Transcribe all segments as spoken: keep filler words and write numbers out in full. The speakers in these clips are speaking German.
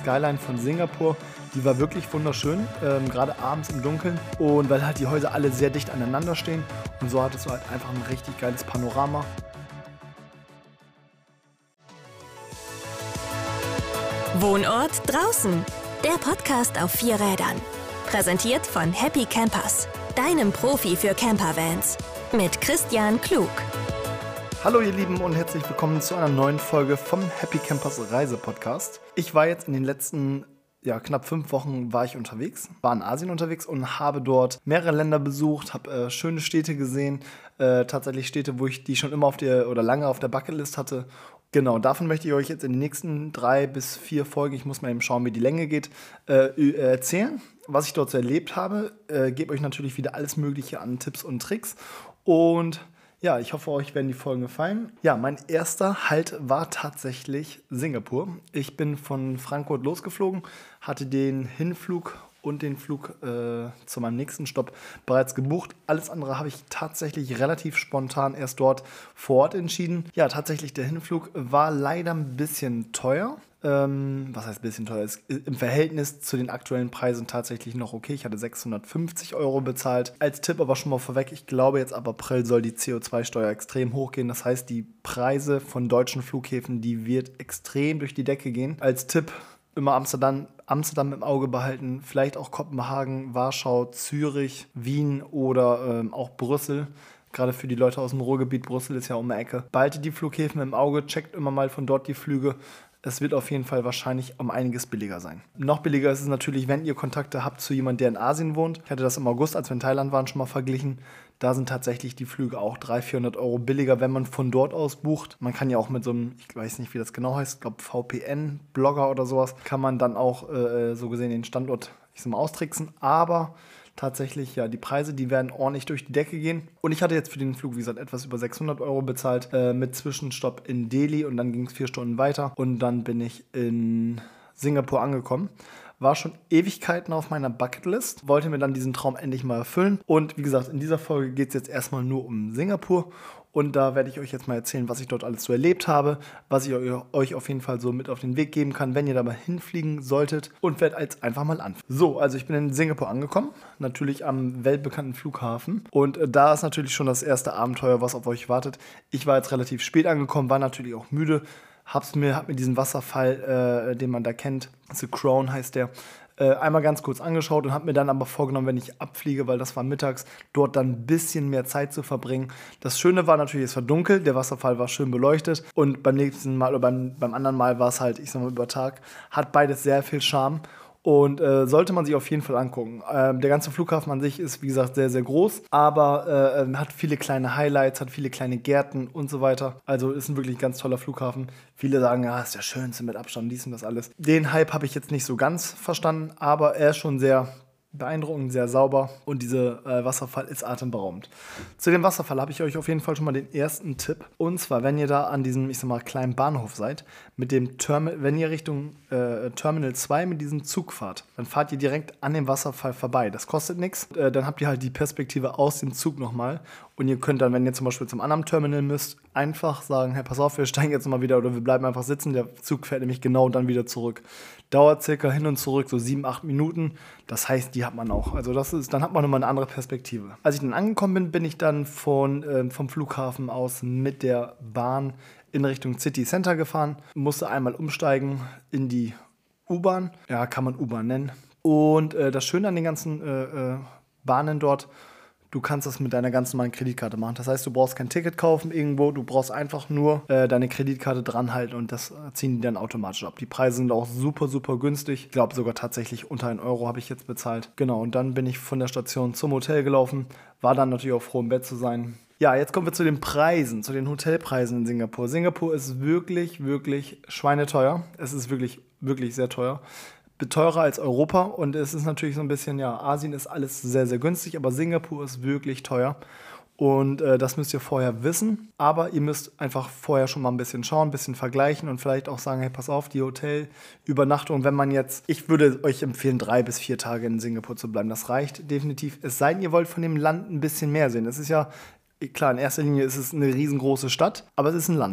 Skyline von Singapur, die war wirklich wunderschön, ähm, gerade abends im Dunkeln. Und weil halt die Häuser alle sehr dicht aneinander stehen. Und so hattest du halt einfach ein richtig geiles Panorama. Wohnort draußen. Der Podcast auf vier Rädern. Präsentiert von Happy Campers, deinem Profi für Campervans. Mit Christian Klug. Hallo ihr Lieben und herzlich willkommen zu einer neuen Folge vom Happy Campers Reise-Podcast. Ich war jetzt in den letzten ja, knapp fünf Wochen war ich unterwegs, war in Asien unterwegs und habe dort mehrere Länder besucht, habe äh, schöne Städte gesehen, äh, tatsächlich Städte, wo ich die schon immer auf der oder lange auf der Bucketlist hatte. Genau, davon möchte ich euch jetzt in den nächsten drei bis vier Folgen, ich muss mal eben schauen, wie die Länge geht, äh, erzählen, was ich dort so erlebt habe. Äh, gebe euch natürlich wieder alles Mögliche an Tipps und Tricks und ja, ich hoffe, euch werden die Folgen gefallen. Ja, mein erster Halt war tatsächlich Singapur. Ich bin von Frankfurt losgeflogen, hatte den Hinflug und den Flug äh, zu meinem nächsten Stopp bereits gebucht. Alles andere habe ich tatsächlich relativ spontan erst dort vor Ort entschieden. Ja, tatsächlich der Hinflug war leider ein bisschen teuer. Ähm, was heißt ein bisschen teuer? Ist im Verhältnis zu den aktuellen Preisen tatsächlich noch okay. Ich hatte sechshundertfünfzig Euro bezahlt. Als Tipp aber schon mal vorweg, ich glaube jetzt ab April soll die C O zwei Steuer extrem hochgehen. Das heißt, die Preise von deutschen Flughäfen, die wird extrem durch die Decke gehen. Als Tipp immer Amsterdam, Amsterdam im Auge behalten, vielleicht auch Kopenhagen, Warschau, Zürich, Wien oder ähm, auch Brüssel. Gerade für die Leute aus dem Ruhrgebiet, Brüssel ist ja um die Ecke. Behaltet die Flughäfen im Auge, checkt immer mal von dort die Flüge. Es wird auf jeden Fall wahrscheinlich um einiges billiger sein. Noch billiger ist es natürlich, wenn ihr Kontakte habt zu jemandem, der in Asien wohnt. Ich hatte das im August, als wir in Thailand waren, schon mal verglichen. Da sind tatsächlich die Flüge auch dreihundert, vierhundert Euro billiger, wenn man von dort aus bucht. Man kann ja auch mit so einem, ich weiß nicht, wie das genau heißt, ich glaube V P N-Blogger oder sowas, kann man dann auch äh, so gesehen den Standort, ich sag mal, austricksen. Aber tatsächlich, ja, die Preise, die werden ordentlich durch die Decke gehen. Und ich hatte jetzt für den Flug, wie gesagt, etwas über sechshundert Euro bezahlt, äh, mit Zwischenstopp in Delhi und dann ging es vier Stunden weiter. Und dann bin ich in Singapur angekommen. War schon Ewigkeiten auf meiner Bucketlist, wollte mir dann diesen Traum endlich mal erfüllen. Und wie gesagt, in dieser Folge geht es jetzt erstmal nur um Singapur. Und da werde ich euch jetzt mal erzählen, was ich dort alles so erlebt habe, was ich euch auf jeden Fall so mit auf den Weg geben kann, wenn ihr da mal hinfliegen solltet, und werde jetzt einfach mal anfangen. So, also ich bin in Singapur angekommen, natürlich am weltbekannten Flughafen. Und äh, da ist natürlich schon das erste Abenteuer, was auf euch wartet. Ich war jetzt relativ spät angekommen, war natürlich auch müde. Hab's mir, hab mir diesen Wasserfall, äh, den man da kennt, The Crown heißt der, äh, einmal ganz kurz angeschaut und habe mir dann aber vorgenommen, wenn ich abfliege, weil das war mittags, dort dann ein bisschen mehr Zeit zu verbringen. Das Schöne war natürlich, es war dunkel, der Wasserfall war schön beleuchtet und beim nächsten Mal oder beim, beim anderen Mal war es halt, ich sag mal, über Tag, hat beides sehr viel Charme. Und äh, sollte man sich auf jeden Fall angucken. Ähm, der ganze Flughafen an sich ist, wie gesagt, sehr, sehr groß, aber äh, hat viele kleine Highlights, hat viele kleine Gärten und so weiter. Also ist ein wirklich ganz toller Flughafen. Viele sagen, ja, ist der schönste mit Abstand, dies und das alles. Den Hype habe ich jetzt nicht so ganz verstanden, aber er ist schon sehr beeindruckend, sehr sauber und dieser äh, Wasserfall ist atemberaubend. Zu dem Wasserfall habe ich euch auf jeden Fall schon mal den ersten Tipp. Und zwar, wenn ihr da an diesem, ich sag mal, kleinen Bahnhof seid, mit dem Terminal, wenn ihr Richtung äh, Terminal zwei mit diesem Zug fahrt, dann fahrt ihr direkt an dem Wasserfall vorbei. Das kostet nichts. Äh, dann habt ihr halt die Perspektive aus dem Zug nochmal. Und ihr könnt dann, wenn ihr zum Beispiel zum anderen Terminal müsst, einfach sagen, hey, pass auf, wir steigen jetzt mal wieder oder wir bleiben einfach sitzen. Der Zug fährt nämlich genau dann wieder zurück. Dauert circa hin und zurück so sieben, acht Minuten. Das heißt, die hat man auch. Also das ist, dann hat man nochmal eine andere Perspektive. Als ich dann angekommen bin, bin ich dann von, äh, vom Flughafen aus mit der Bahn in Richtung City Center gefahren. Musste einmal umsteigen in die U-Bahn. Ja, kann man U-Bahn nennen. Und äh, das Schöne an den ganzen äh, äh, Bahnen dort, du kannst das mit deiner ganz normalen Kreditkarte machen. Das heißt, du brauchst kein Ticket kaufen irgendwo, du brauchst einfach nur äh, deine Kreditkarte dranhalten und das äh, ziehen die dann automatisch ab. Die Preise sind auch super, super günstig. Ich glaube sogar tatsächlich unter einen Euro habe ich jetzt bezahlt. Genau, und dann bin ich von der Station zum Hotel gelaufen, war dann natürlich auch froh, im Bett zu sein. Ja, jetzt kommen wir zu den Preisen, zu den Hotelpreisen in Singapur. Singapur ist wirklich, wirklich schweineteuer. Es ist wirklich, wirklich sehr teuer. Teurer als Europa und es ist natürlich so ein bisschen, ja, Asien ist alles sehr, sehr günstig, aber Singapur ist wirklich teuer und äh, das müsst ihr vorher wissen, aber ihr müsst einfach vorher schon mal ein bisschen schauen, ein bisschen vergleichen und vielleicht auch sagen, hey, pass auf, die Hotelübernachtung, wenn man jetzt, ich würde euch empfehlen, drei bis vier Tage in Singapur zu bleiben, das reicht definitiv, es sei denn, ihr wollt von dem Land ein bisschen mehr sehen, es ist ja, klar, in erster Linie ist es eine riesengroße Stadt, aber es ist ein Land.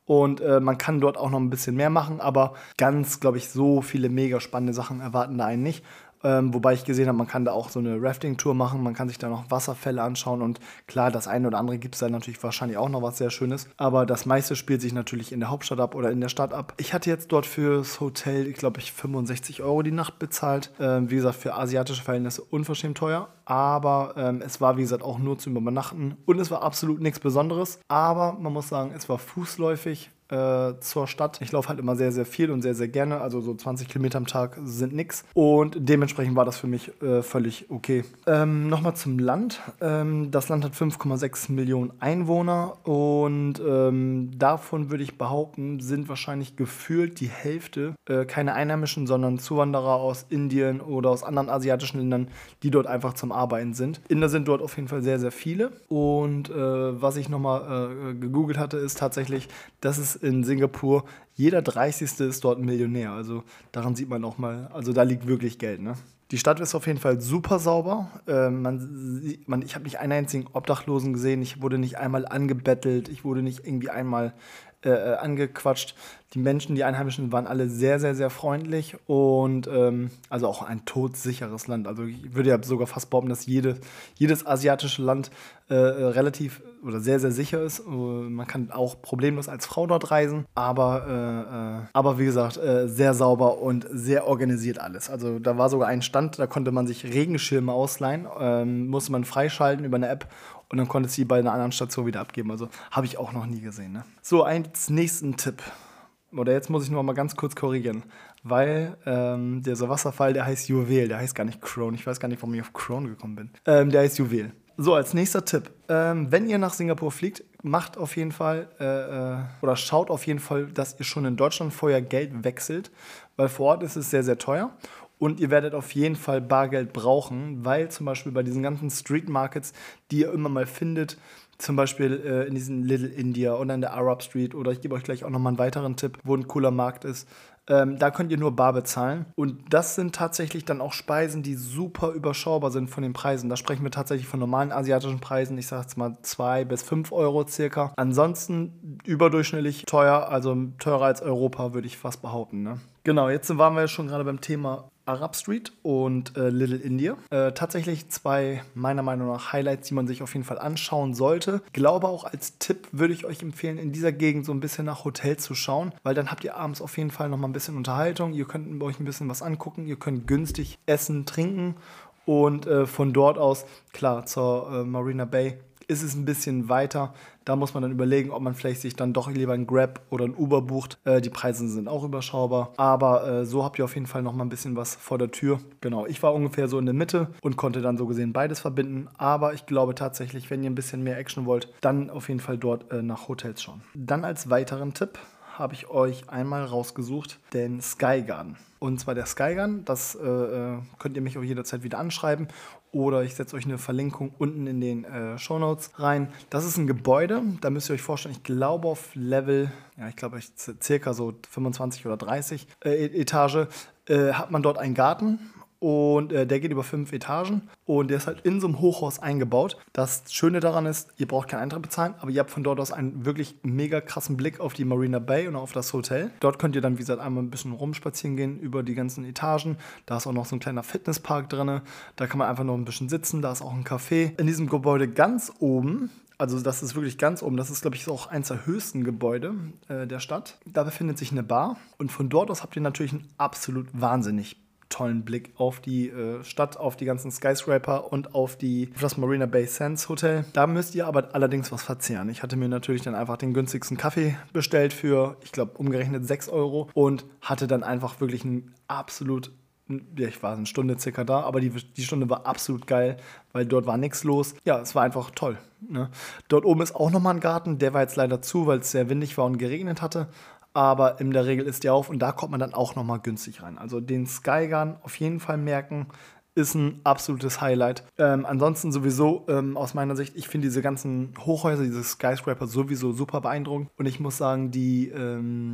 Und äh, man kann dort auch noch ein bisschen mehr machen, aber ganz, glaube ich, so viele mega spannende Sachen erwarten da einen nicht. Ähm, wobei ich gesehen habe, man kann da auch so eine Rafting-Tour machen, man kann sich da noch Wasserfälle anschauen und klar, das eine oder andere gibt es da natürlich wahrscheinlich auch noch was sehr Schönes, aber das meiste spielt sich natürlich in der Hauptstadt ab oder in der Stadt ab. Ich hatte jetzt dort fürs Hotel, ich glaube, ich fünfundsechzig Euro die Nacht bezahlt. Ähm, wie gesagt, für asiatische Verhältnisse unverschämt teuer, aber ähm, es war, wie gesagt, auch nur zum Übernachten und es war absolut nichts Besonderes, aber man muss sagen, es war fußläufig äh, zur Stadt. Ich laufe halt immer sehr, sehr viel und sehr, sehr gerne. Also so zwanzig Kilometer am Tag sind nix. Und dementsprechend war das für mich äh, völlig okay. Ähm, Nochmal zum Land. Ähm, das Land hat fünf Komma sechs Millionen Einwohner und ähm, davon würde ich behaupten, sind wahrscheinlich gefühlt die Hälfte äh, keine Einheimischen, sondern Zuwanderer aus Indien oder aus anderen asiatischen Ländern, die dort einfach zum Arbeiten sind. Inder sind dort auf jeden Fall sehr, sehr viele. Und äh, was ich nochmal äh, gegoogelt hatte, ist tatsächlich, dass es in Singapur jeder dreißigste ist dort ein Millionär. Also daran sieht man auch mal, also da liegt wirklich Geld, ne? Die Stadt ist auf jeden Fall super sauber. Äh, man, man, ich habe nicht einen einzigen Obdachlosen gesehen. Ich wurde nicht einmal angebettelt. Ich wurde nicht irgendwie einmal äh, angequatscht. Die Menschen, die Einheimischen, waren alle sehr, sehr, sehr freundlich und ähm, also auch ein todsicheres Land. Also ich würde ja sogar fast behaupten, dass jede, jedes asiatische Land äh, relativ oder sehr, sehr sicher ist. Man kann auch problemlos als Frau dort reisen, aber, äh, äh, aber wie gesagt, äh, sehr sauber und sehr organisiert alles. Also da war sogar ein Stand, da konnte man sich Regenschirme ausleihen, ähm, musste man freischalten über eine App und dann konnte sie bei einer anderen Station wieder abgeben. Also habe ich auch noch nie gesehen. Ne? So, als nächsten Tipp. Oder jetzt muss ich nur mal ganz kurz korrigieren, weil ähm, dieser Wasserfall, der heißt Juwel, der heißt gar nicht Crone. Ich weiß gar nicht, warum ich auf Crone gekommen bin. Ähm, der heißt Juwel. So, als nächster Tipp. Ähm, wenn ihr nach Singapur fliegt, macht auf jeden Fall äh, oder schaut auf jeden Fall, dass ihr schon in Deutschland vorher Geld wechselt, weil vor Ort ist es sehr, sehr teuer. Und ihr werdet auf jeden Fall Bargeld brauchen, weil zum Beispiel bei diesen ganzen Street Markets, die ihr immer mal findet, zum Beispiel äh, in diesen Little India oder in der Arab Street oder ich gebe euch gleich auch nochmal einen weiteren Tipp, wo ein cooler Markt ist. Ähm, da könnt ihr nur bar bezahlen. Und das sind tatsächlich dann auch Speisen, die super überschaubar sind von den Preisen. Da sprechen wir tatsächlich von normalen asiatischen Preisen. Ich sage jetzt mal zwei bis fünf Euro circa. Ansonsten überdurchschnittlich teuer, also teurer als Europa, würde ich fast behaupten. Ne? Genau, jetzt waren wir ja schon gerade beim Thema Arab Street und äh, Little India. Äh, tatsächlich zwei meiner Meinung nach Highlights, die man sich auf jeden Fall anschauen sollte. Ich glaube auch als Tipp würde ich euch empfehlen, in dieser Gegend so ein bisschen nach Hotels zu schauen, weil dann habt ihr abends auf jeden Fall nochmal ein bisschen Unterhaltung. Ihr könnt euch ein bisschen was angucken, ihr könnt günstig essen, trinken und äh, von dort aus, klar, zur äh, Marina Bay ist es ein bisschen weiter. Da muss man dann überlegen, ob man vielleicht sich dann doch lieber ein Grab oder ein Uber bucht. Äh, die Preise sind auch überschaubar. Aber äh, so habt ihr auf jeden Fall noch mal ein bisschen was vor der Tür. Genau, ich war ungefähr so in der Mitte und konnte dann so gesehen beides verbinden. Aber ich glaube tatsächlich, wenn ihr ein bisschen mehr Action wollt, dann auf jeden Fall dort äh, nach Hotels schauen. Dann als weiteren Tipp habe ich euch einmal rausgesucht, den Sky Garden. Und zwar der Sky Garden, das äh, könnt ihr mich auch jederzeit wieder anschreiben oder ich setze euch eine Verlinkung unten in den äh, Shownotes rein. Das ist ein Gebäude, da müsst ihr euch vorstellen, ich glaube auf Level, ja ich glaube circa so fünfundzwanzig oder dreißig äh, Etage, äh, hat man dort einen Garten. Und äh, der geht über fünf Etagen und der ist halt in so einem Hochhaus eingebaut. Das Schöne daran ist, ihr braucht keinen Eintritt bezahlen, aber ihr habt von dort aus einen wirklich mega krassen Blick auf die Marina Bay und auf das Hotel. Dort könnt ihr dann, wie gesagt, einmal ein bisschen rumspazieren gehen über die ganzen Etagen. Da ist auch noch so ein kleiner Fitnesspark drin. Da kann man einfach noch ein bisschen sitzen. Da ist auch ein Café. In diesem Gebäude ganz oben, also das ist wirklich ganz oben, das ist, glaube ich, auch eins der höchsten Gebäude äh, der Stadt. Da befindet sich eine Bar und von dort aus habt ihr natürlich einen absolut wahnsinnig tollen Blick auf die äh, Stadt, auf die ganzen Skyscraper und auf, die, auf das Marina Bay Sands Hotel. Da müsst ihr aber allerdings was verzehren. Ich hatte mir natürlich dann einfach den günstigsten Kaffee bestellt für, ich glaube, umgerechnet sechs Euro und hatte dann einfach wirklich ein absolut, ja, ich war eine Stunde circa da, aber die, die Stunde war absolut geil, weil dort war nichts los. Ja, es war einfach toll. Ne? Dort oben ist auch nochmal ein Garten, der war jetzt leider zu, weil es sehr windig war und geregnet hatte. Aber in der Regel ist der auf und da kommt man dann auch nochmal günstig rein. Also den Sky Garden auf jeden Fall merken, ist ein absolutes Highlight. Ähm, ansonsten sowieso ähm, aus meiner Sicht, ich finde diese ganzen Hochhäuser, diese Skyscraper sowieso super beeindruckend. Und ich muss sagen, die, ähm,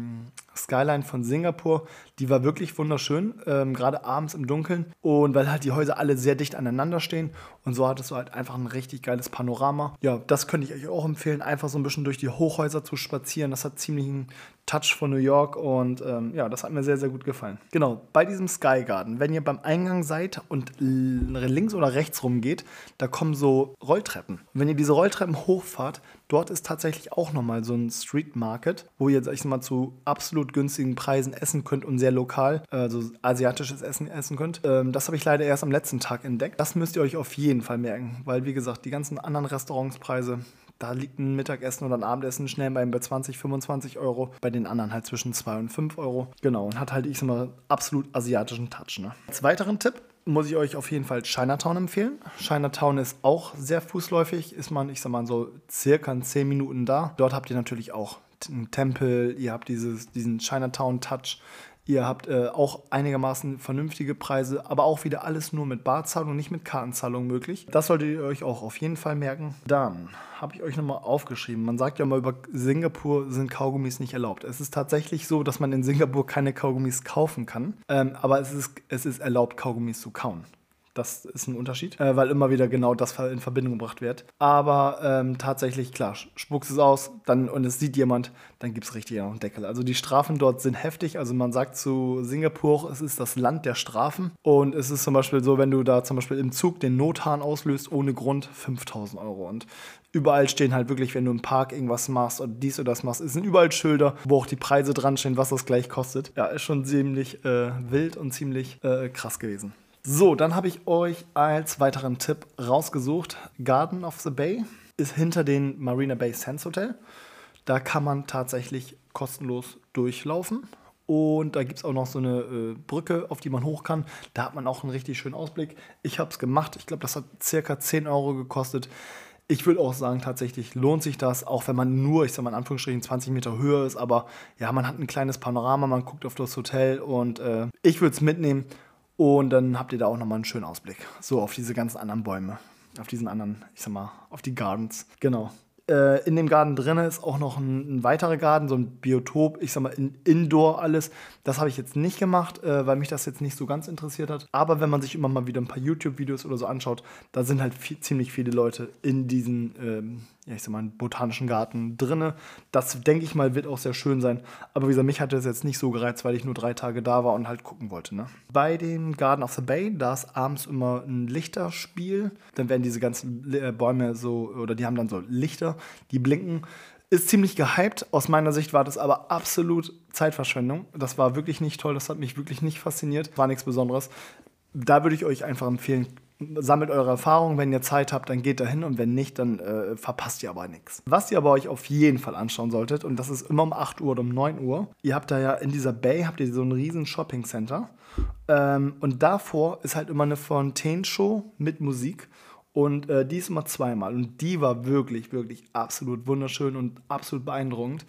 Skyline von Singapur, die war wirklich wunderschön, ähm, gerade abends im Dunkeln. Und weil halt die Häuser alle sehr dicht aneinander stehen. Und so hattest du halt einfach ein richtig geiles Panorama. Ja, das könnte ich euch auch empfehlen, einfach so ein bisschen durch die Hochhäuser zu spazieren. Das hat ziemlich einen Touch von New York und ähm, ja, das hat mir sehr, sehr gut gefallen. Genau, bei diesem Sky Garden, wenn ihr beim Eingang seid und links oder rechts rum geht, da kommen so Rolltreppen. Und wenn ihr diese Rolltreppen hochfahrt, dort ist tatsächlich auch nochmal so ein Street Market, wo ihr, sag ich mal, zu absolut günstigen Preisen essen könnt und sehr lokal, also asiatisches Essen essen könnt. Ähm, das habe ich leider erst am letzten Tag entdeckt. Das müsst ihr euch auf jeden Fall merken, weil, wie gesagt, die ganzen anderen Restaurantspreise, da liegt ein Mittagessen oder ein Abendessen schnell bei zwanzig, fünfundzwanzig Euro. Bei den anderen halt zwischen zwei und fünf Euro. Genau, und hat halt, ich sag mal, absolut asiatischen Touch. Ne? Als weiteren Tipp muss ich euch auf jeden Fall Chinatown empfehlen. Chinatown ist auch sehr fußläufig. Ist man, ich sag mal, so circa in zehn Minuten da. Dort habt ihr natürlich auch einen Tempel. Ihr habt dieses, diesen Chinatown-Touch. Ihr habt äh, auch einigermaßen vernünftige Preise, aber auch wieder alles nur mit Barzahlung, nicht mit Kartenzahlung möglich. Das solltet ihr euch auch auf jeden Fall merken. Dann habe ich euch nochmal aufgeschrieben. Man sagt ja mal, über Singapur sind Kaugummis nicht erlaubt. Es ist tatsächlich so, dass man in Singapur keine Kaugummis kaufen kann, ähm, aber es ist, es ist erlaubt, Kaugummis zu kauen. Das ist ein Unterschied, äh, weil immer wieder genau das in Verbindung gebracht wird. Aber ähm, tatsächlich, klar, spuckst es aus dann, und es sieht jemand, dann gibt es richtig einen Deckel. Also die Strafen dort sind heftig. Also man sagt zu Singapur, es ist das Land der Strafen. Und es ist zum Beispiel so, wenn du da zum Beispiel im Zug den Nothahn auslöst, ohne Grund, fünftausend Euro. Und überall stehen halt wirklich, wenn du im Park irgendwas machst oder dies oder das machst, es sind überall Schilder, wo auch die Preise dran stehen, was das gleich kostet. Ja, ist schon ziemlich äh, wild und ziemlich äh, krass gewesen. So, dann habe ich euch als weiteren Tipp rausgesucht. Garden of the Bay ist hinter den Marina Bay Sands Hotel. Da kann man tatsächlich kostenlos durchlaufen. Und da gibt es auch noch so eine äh, Brücke, auf die man hoch kann. Da hat man auch einen richtig schönen Ausblick. Ich habe es gemacht. Ich glaube, das hat circa zehn Euro gekostet. Ich würde auch sagen, tatsächlich lohnt sich das, auch wenn man nur, ich sage mal in Anführungsstrichen, zwanzig Meter höher ist. Aber ja, man hat ein kleines Panorama, man guckt auf das Hotel und äh, ich würde es mitnehmen. Und dann habt ihr da auch nochmal einen schönen Ausblick. So auf diese ganzen anderen Bäume. Auf diesen anderen, ich sag mal, auf die Gardens. Genau. Äh, in dem Garten drin ist auch noch ein, ein weiterer Garten, so ein Biotop, ich sag mal, in, Indoor alles. Das habe ich jetzt nicht gemacht, äh, weil mich das jetzt nicht so ganz interessiert hat. Aber wenn man sich immer mal wieder ein paar YouTube-Videos oder so anschaut, da sind halt viel, ziemlich viele Leute in diesen, ähm, ja, ich sag mal, botanischen Garten drinne. Das, denke ich mal, wird auch sehr schön sein. Aber wie gesagt, mich hat das jetzt nicht so gereizt, weil ich nur drei Tage da war und halt gucken wollte. Ne? Bei dem Garden of the Bay, da ist abends immer ein Lichterspiel. Dann werden diese ganzen äh, Bäume so, oder die haben dann so Lichter, die blinken. Ist ziemlich gehypt. Aus meiner Sicht war das aber absolut Zeitverschwendung. Das war wirklich nicht toll. Das hat mich wirklich nicht fasziniert. War nichts Besonderes. Da würde ich euch einfach empfehlen, sammelt eure Erfahrungen. Wenn ihr Zeit habt, dann geht da hin. Und wenn nicht, dann äh, verpasst ihr aber nichts. Was ihr aber euch auf jeden Fall anschauen solltet, und das ist immer um acht Uhr oder um neun Uhr, ihr habt da ja in dieser Bay, habt ihr so ein riesen Shopping Center. Ähm, und davor ist halt immer eine Fontäne-Show mit Musik. Und äh, die ist immer zweimal. Und die war wirklich, wirklich absolut wunderschön und absolut beeindruckend.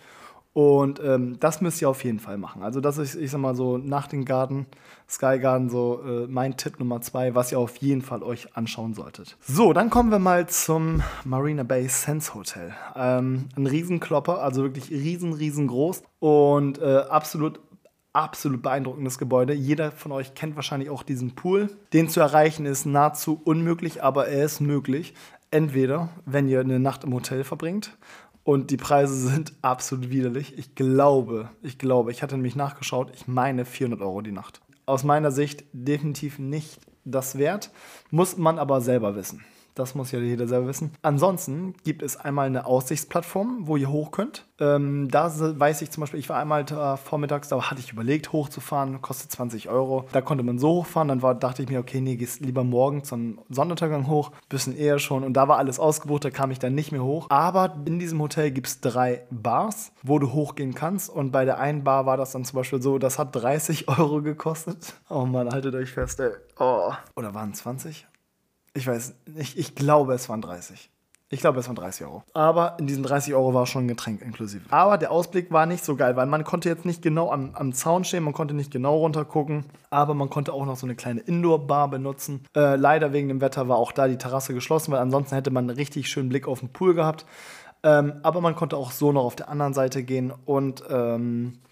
Und ähm, das müsst ihr auf jeden Fall machen. Also das ist, ich sag mal so, nach dem Garden, Sky Garden, so äh, mein Tipp Nummer zwei, was ihr auf jeden Fall euch anschauen solltet. So, dann kommen wir mal zum Marina Bay Sands Hotel. Ähm, ein Riesenklopper, also wirklich riesen, riesengroß und äh, absolut Absolut beeindruckendes Gebäude. Jeder von euch kennt wahrscheinlich auch diesen Pool. Den zu erreichen ist nahezu unmöglich, aber er ist möglich. Entweder, wenn ihr eine Nacht im Hotel verbringt und die Preise sind absolut widerlich. Ich glaube, ich glaube, ich hatte nämlich nachgeschaut, ich meine vierhundert Euro die Nacht. Aus meiner Sicht definitiv nicht das wert, muss man aber selber wissen. Das muss ja jeder selber wissen. Ansonsten gibt es einmal eine Aussichtsplattform, wo ihr hoch könnt. Ähm, da weiß ich zum Beispiel, ich war einmal da vormittags, da hatte ich überlegt, hochzufahren, kostet zwanzig Euro. Da konnte man so hochfahren, dann war, dachte ich mir, okay, nee, gehst lieber morgens zum Sonnenuntergang hoch, bisschen eher schon. Und da war alles ausgebucht, da kam ich dann nicht mehr hoch. Aber in diesem Hotel gibt es drei Bars, wo du hochgehen kannst. Und bei der einen Bar war das dann zum Beispiel so, das hat dreißig Euro gekostet. Oh Mann, haltet euch fest, ey. Oh. Oder waren es zwanzig? Ich weiß nicht, ich glaube, es waren dreißig. Ich glaube, es waren dreißig Euro. Aber in diesen dreißig Euro war schon ein Getränk inklusive. Aber der Ausblick war nicht so geil, weil man konnte jetzt nicht genau am, am Zaun stehen, man konnte nicht genau runter gucken. Aber man konnte auch noch so eine kleine Indoor-Bar benutzen. Äh, leider wegen dem Wetter war auch da die Terrasse geschlossen, weil ansonsten hätte man einen richtig schönen Blick auf den Pool gehabt. Ähm, aber man konnte auch so noch auf der anderen Seite gehen und ähm,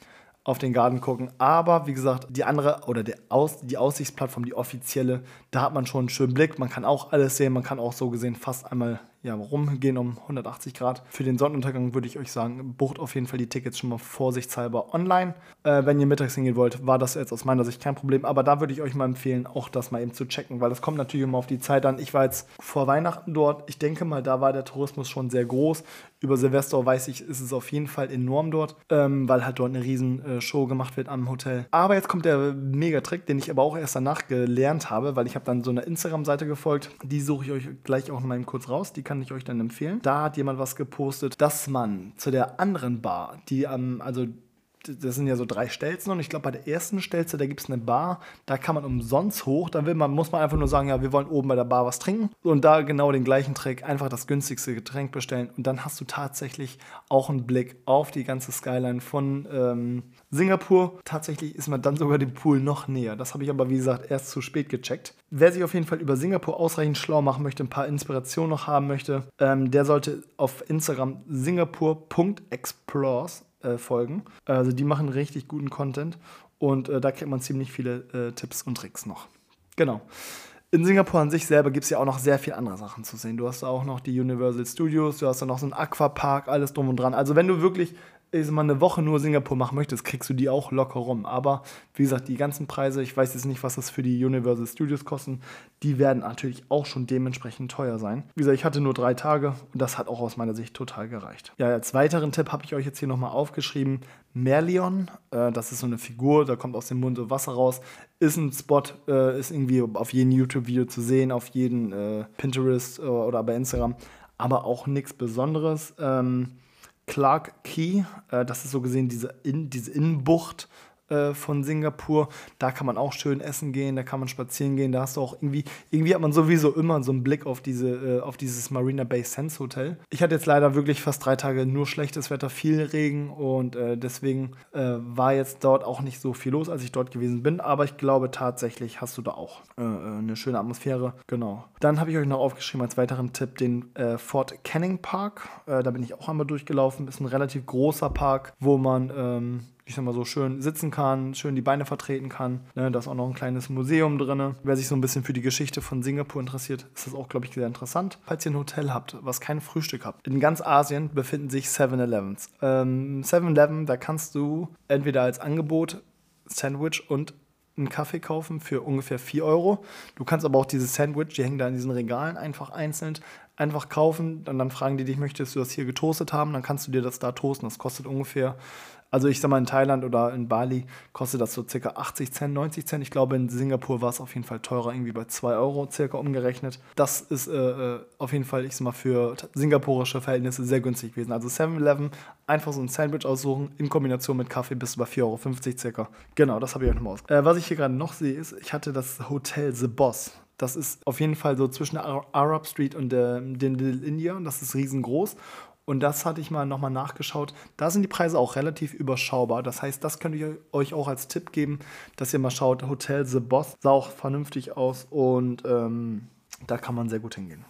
auf den Garten gucken. Aber wie gesagt, die andere oder der Aus, die Aussichtsplattform, die offizielle, da hat man schon einen schönen Blick. Man kann auch alles sehen. Man kann auch so gesehen fast einmal ja, rumgehen um hundertachtzig Grad. Für den Sonnenuntergang würde ich euch sagen, bucht auf jeden Fall die Tickets schon mal vorsichtshalber online. Äh, wenn ihr mittags hingehen wollt, war das jetzt aus meiner Sicht kein Problem. Aber da würde ich euch mal empfehlen, auch das mal eben zu checken, weil es kommt natürlich immer auf die Zeit an. Ich war jetzt vor Weihnachten dort. Ich denke mal, da war der Tourismus schon sehr groß. Über Silvester weiß ich, ist es auf jeden Fall enorm dort, ähm, weil halt dort eine riesen äh, Show gemacht wird am Hotel. Aber jetzt kommt der Megatrick, den ich aber auch erst danach gelernt habe, weil ich habe dann so eine Instagram-Seite gefolgt. Die suche ich euch gleich auch mal eben kurz raus. Die kann ich euch dann empfehlen. Da hat jemand was gepostet, dass man zu der anderen Bar, die am, ähm, also das sind ja so drei Stelzen und ich glaube, bei der ersten Stelze, da gibt es eine Bar, da kann man umsonst hoch, da will man, muss man einfach nur sagen, ja, wir wollen oben bei der Bar was trinken und da genau den gleichen Trick, einfach das günstigste Getränk bestellen und dann hast du tatsächlich auch einen Blick auf die ganze Skyline von ähm, Singapur. Tatsächlich ist man dann sogar dem Pool noch näher. Das habe ich aber, wie gesagt, erst zu spät gecheckt. Wer sich auf jeden Fall über Singapur ausreichend schlau machen möchte, ein paar Inspirationen noch haben möchte, ähm, der sollte auf Instagram singapur punkt explores Äh, folgen. Also die machen richtig guten Content und äh, da kriegt man ziemlich viele äh, Tipps und Tricks noch. Genau. In Singapur an sich selber gibt es ja auch noch sehr viele andere Sachen zu sehen. Du hast da auch noch die Universal Studios, du hast da noch so einen Aquapark, alles drum und dran. Also wenn du wirklich ich sag mal, eine Woche nur Singapur machen möchtest, kriegst du die auch locker rum. Aber wie gesagt, die ganzen Preise, ich weiß jetzt nicht, was das für die Universal Studios kosten, die werden natürlich auch schon dementsprechend teuer sein. Wie gesagt, ich hatte nur drei Tage und das hat auch aus meiner Sicht total gereicht. Ja, als weiteren Tipp habe ich euch jetzt hier nochmal aufgeschrieben, Merlion, äh, das ist so eine Figur, da kommt aus dem Mund so Wasser raus, ist ein Spot, äh, ist irgendwie auf jedem YouTube-Video zu sehen, auf jedem äh, Pinterest äh, oder bei Instagram, aber auch nichts Besonderes. Ähm, Clarke Quay, äh, das ist so gesehen diese, in, diese Innenbucht äh, von Singapur. Da kann man auch schön essen gehen, da kann man spazieren gehen. Da hast du auch irgendwie, irgendwie hat man sowieso immer so einen Blick auf, diese, äh, auf dieses Marina Bay Sands Hotel. Ich hatte jetzt leider wirklich fast drei Tage nur schlechtes Wetter, viel Regen und äh, deswegen äh, war jetzt dort auch nicht so viel los, als ich dort gewesen bin. Aber ich glaube tatsächlich hast du da auch äh, eine schöne Atmosphäre. Genau. Dann habe ich euch noch aufgeschrieben als weiteren Tipp den äh, Fort Canning Park. Äh, da bin ich auch einmal durchgelaufen. Ist ein relativ großer Park, wo man ähm, ich sag mal so, schön sitzen kann, schön die Beine vertreten kann. Ne, da ist auch noch ein kleines Museum drin. Wer sich so ein bisschen für die Geschichte von Singapur interessiert, ist das auch, glaube ich, sehr interessant. Falls ihr ein Hotel habt, was kein Frühstück habt. In ganz Asien befinden sich seven elevens. Ähm, seven eleven, da kannst du entweder als Angebot Sandwich und einen Kaffee kaufen für ungefähr vier Euro. Du kannst aber auch dieses Sandwich, die hängen da in diesen Regalen einfach einzeln, einfach kaufen. Und dann fragen die dich, möchtest du das hier getoastet haben? Dann kannst du dir das da toasten. Das kostet ungefähr, also ich sag mal in Thailand oder in Bali kostet das so circa achtzig Cent, neunzig Cent. Ich glaube in Singapur war es auf jeden Fall teurer, irgendwie bei zwei Euro circa umgerechnet. Das ist äh, auf jeden Fall, ich sag mal, für singapurische Verhältnisse sehr günstig gewesen. Also seven eleven, einfach so ein Sandwich aussuchen, in Kombination mit Kaffee bis bei vier Euro fünfzig circa. Genau, das habe ich euch nochmal aus. Äh, was ich hier gerade noch sehe, ist, ich hatte das Hotel The Boss. Das ist auf jeden Fall so zwischen der Arab Street und der, den Little India. Das ist riesengroß. Und das hatte ich mal nochmal nachgeschaut. Da sind die Preise auch relativ überschaubar. Das heißt, das könnte ich euch auch als Tipp geben, dass ihr mal schaut. Hotel The Boss sah auch vernünftig aus und ähm, da kann man sehr gut hingehen.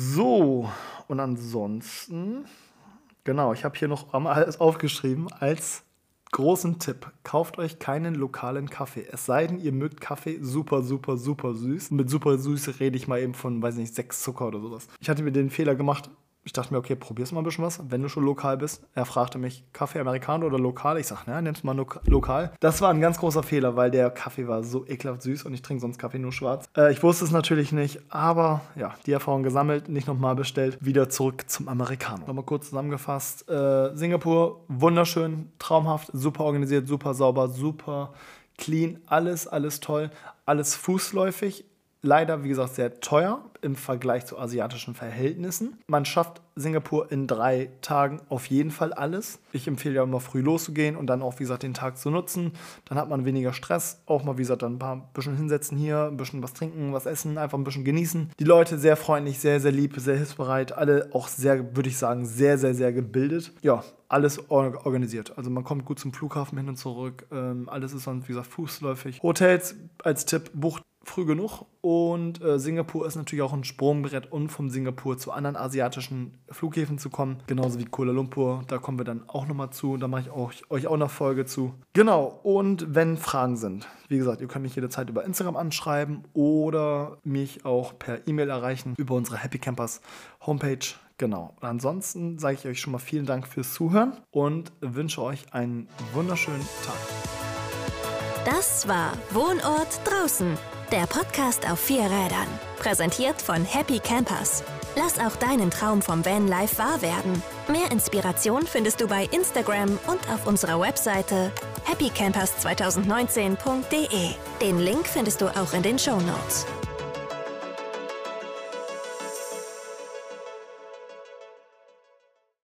So, und ansonsten, genau, ich habe hier noch einmal alles aufgeschrieben als großen Tipp. Kauft euch keinen lokalen Kaffee. Es sei denn, ihr mögt Kaffee super, super, super süß. Mit super süß rede ich mal eben von, weiß nicht, sechs Zucker oder sowas. Ich hatte mir den Fehler gemacht. Ich dachte mir, okay, probier's mal ein bisschen was, wenn du schon lokal bist. Er fragte mich, Kaffee Americano oder lokal? Ich sag, na, nimm's mal lo- lokal. Das war ein ganz großer Fehler, weil der Kaffee war so ekelhaft süß und ich trinke sonst Kaffee nur schwarz. Äh, ich wusste es natürlich nicht, aber ja, die Erfahrung gesammelt, nicht nochmal bestellt, wieder zurück zum Americano. Nochmal kurz zusammengefasst, äh, Singapur, wunderschön, traumhaft, super organisiert, super sauber, super clean, alles, alles toll, alles fußläufig. Leider, wie gesagt, sehr teuer im Vergleich zu asiatischen Verhältnissen. Man schafft Singapur in drei Tagen auf jeden Fall alles. Ich empfehle ja immer früh loszugehen und dann auch, wie gesagt, den Tag zu nutzen. Dann hat man weniger Stress. Auch mal, wie gesagt, dann ein paar ein bisschen hinsetzen hier, ein bisschen was trinken, was essen, einfach ein bisschen genießen. Die Leute sehr freundlich, sehr, sehr lieb, sehr hilfsbereit. Alle auch sehr, würde ich sagen, sehr, sehr, sehr gebildet. Ja, alles organisiert. Also man kommt gut zum Flughafen hin und zurück. Ähm, alles ist dann, wie gesagt, fußläufig. Hotels als Tipp, bucht früh genug. Und äh, Singapur ist natürlich auch ein Sprungbrett, um von Singapur zu anderen asiatischen Flughäfen zu kommen. Genauso wie Kuala Lumpur. Da kommen wir dann auch nochmal zu. Da mache ich auch, euch auch eine Folge zu. Genau. Und wenn Fragen sind, wie gesagt, ihr könnt mich jederzeit über Instagram anschreiben oder mich auch per E-Mail erreichen über unsere Happy Campers Homepage. Genau. Und ansonsten sage ich euch schon mal vielen Dank fürs Zuhören und wünsche euch einen wunderschönen Tag. Das war Wohnort draußen, der Podcast auf vier Rädern. Präsentiert von Happy Campers. Lass auch deinen Traum vom Vanlife wahr werden. Mehr Inspiration findest du bei Instagram und auf unserer Webseite happy campers zwanzig neunzehn punkt de. Den Link findest du auch in den Shownotes.